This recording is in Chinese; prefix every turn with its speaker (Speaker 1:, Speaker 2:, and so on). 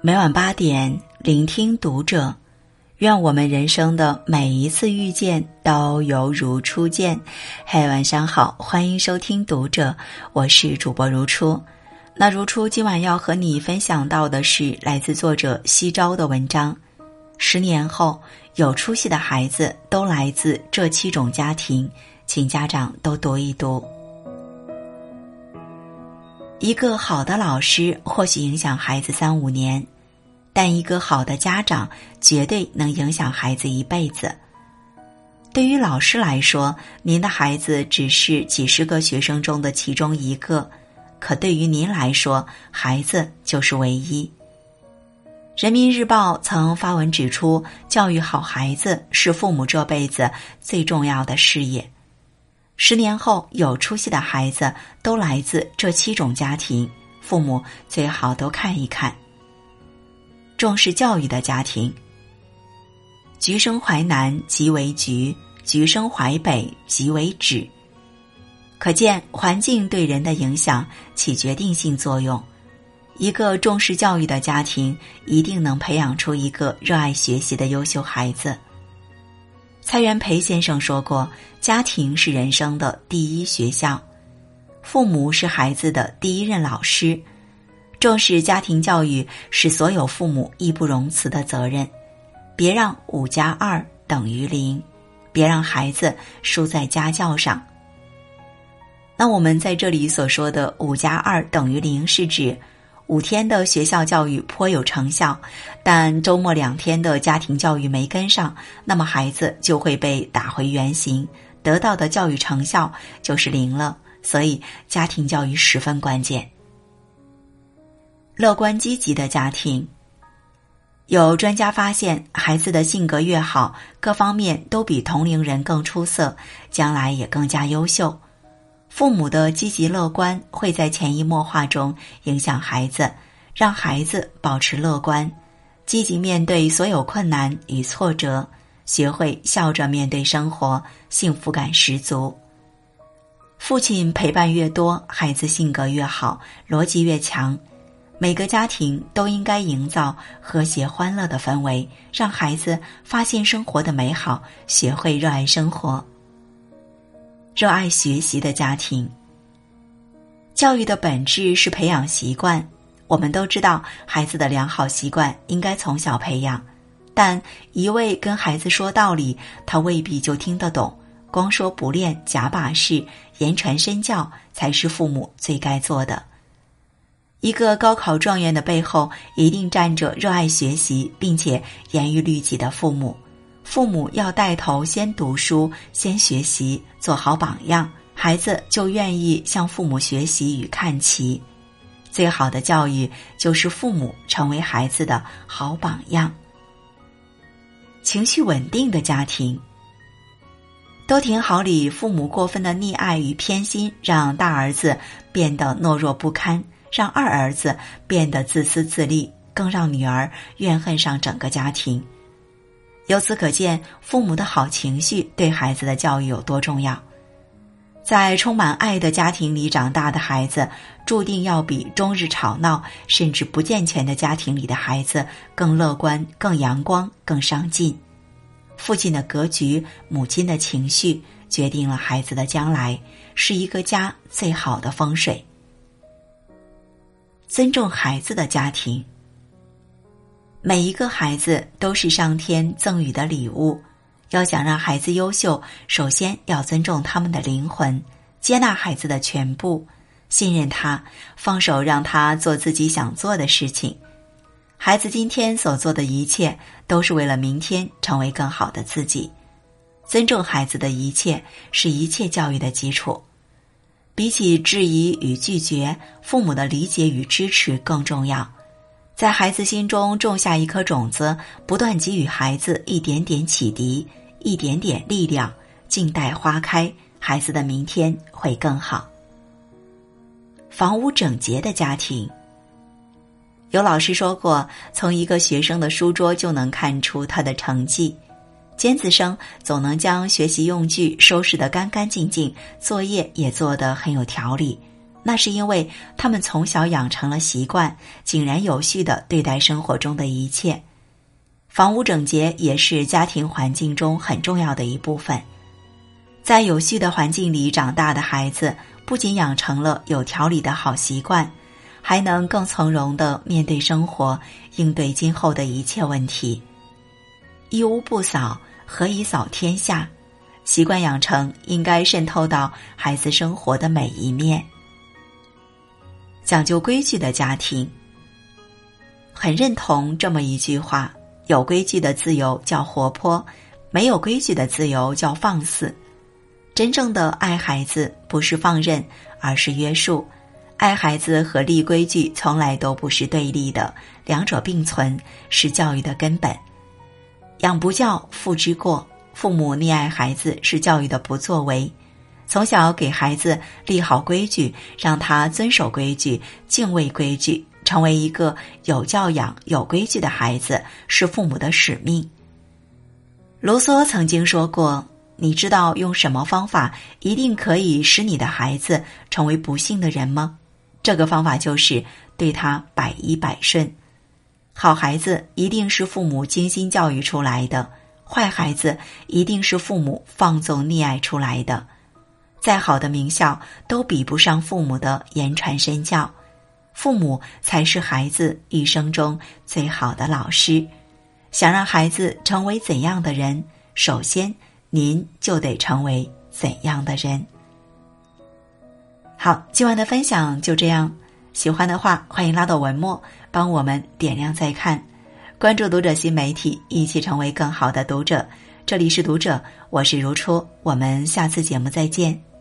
Speaker 1: 每晚8点，聆听读者。愿我们人生的每一次遇见都犹如初见。嘿，晚上好，欢迎收听读者，我是主播如初。那如初今晚要和你分享到的是来自作者西昭的文章。10年后，有出息的孩子都来自这7种家庭，请家长都读一读。一个好的老师或许影响孩子3-5年，但一个好的家长绝对能影响孩子一辈子。对于老师来说，您的孩子只是几十个学生中的其中一个，可对于您来说，孩子就是唯一。人民日报曾发文指出，教育好孩子是父母这辈子最重要的事业。10年后，有出息的孩子都来自这7种家庭，父母最好都看一看。重视教育的家庭，橘生淮南即为橘，橘生淮北即为枳。可见环境对人的影响起决定性作用。一个重视教育的家庭一定能培养出一个热爱学习的优秀孩子。蔡元培先生说过，家庭是人生的第一学校，父母是孩子的第一任老师。重视家庭教育是所有父母义不容辞的责任。别让5+2等于0，别让孩子输在家教上。那我们在这里所说的5+2等于0是指5天的学校教育颇有成效，但周末2天的家庭教育没跟上，那么孩子就会被打回原形，得到的教育成效就是0了。所以家庭教育十分关键。乐观积极的家庭，有专家发现，孩子的性格越好，各方面都比同龄人更出色，将来也更加优秀。父母的积极乐观会在潜移默化中影响孩子，让孩子保持乐观，积极面对所有困难与挫折，学会笑着面对生活，幸福感十足。父亲陪伴越多，孩子性格越好，逻辑越强。每个家庭都应该营造和谐欢乐的氛围，让孩子发现生活的美好，学会热爱生活。热爱学习的家庭，教育的本质是培养习惯。我们都知道，孩子的良好习惯应该从小培养，但一味跟孩子说道理，他未必就听得懂。光说不练，假把式，言传身教，才是父母最该做的。一个高考状元的背后，一定站着热爱学习并且严于律己的父母。父母要带头先读书，先学习，做好榜样，孩子就愿意向父母学习与看齐。最好的教育就是父母成为孩子的好榜样。情绪稳定的家庭，都挺好里父母过分的溺爱与偏心，让大儿子变得懦弱不堪，让二儿子变得自私自利，更让女儿怨恨上整个家庭。由此可见，父母的好情绪对孩子的教育有多重要。在充满爱的家庭里长大的孩子，注定要比终日吵闹甚至不健全的家庭里的孩子更乐观、更阳光、更上进。父亲的格局，母亲的情绪，决定了孩子的将来，是一个家最好的风水。尊重孩子的家庭，每一个孩子都是上天赠予的礼物，要想让孩子优秀，首先要尊重他们的灵魂，接纳孩子的全部，信任他，放手让他做自己想做的事情。孩子今天所做的一切，都是为了明天成为更好的自己。尊重孩子的一切，是一切教育的基础。比起质疑与拒绝，父母的理解与支持更重要。在孩子心中种下一颗种子，不断给予孩子一点点启迪，一点点力量，静待花开，孩子的明天会更好。房屋整洁的家庭，有老师说过，从一个学生的书桌就能看出他的成绩。尖子生总能将学习用具收拾得干干净净，作业也做得很有条理。 那是因为他们从小养成了习惯，井然有序地对待生活中的一切。房屋整洁也是家庭环境中很重要的一部分。在有序的环境里长大的孩子，不仅养成了有条理的好习惯，还能更从容地面对生活，应对今后的一切问题。一屋不扫，何以扫天下？习惯养成应该渗透到孩子生活的每一面。讲究规矩的家庭，很认同这么一句话：有规矩的自由叫活泼，没有规矩的自由叫放肆。真正的爱孩子不是放任，而是约束。爱孩子和立规矩从来都不是对立的，两者并存，是教育的根本。养不教，父之过。父母溺爱孩子是教育的不作为。从小给孩子立好规矩，让他遵守规矩，敬畏规矩，成为一个有教养、有规矩的孩子，是父母的使命。卢梭曾经说过，你知道用什么方法一定可以使你的孩子成为不幸的人吗？这个方法就是对他100%顺。好孩子一定是父母精心教育出来的，坏孩子一定是父母放纵溺爱出来的。再好的名校都比不上父母的言传身教，父母才是孩子一生中最好的老师。想让孩子成为怎样的人，首先您就得成为怎样的人。好，今晚的分享就这样，喜欢的话欢迎拉到文末帮我们点亮再看，关注读者新媒体，一起成为更好的读者。这里是读者，我是如初，我们下次节目再见。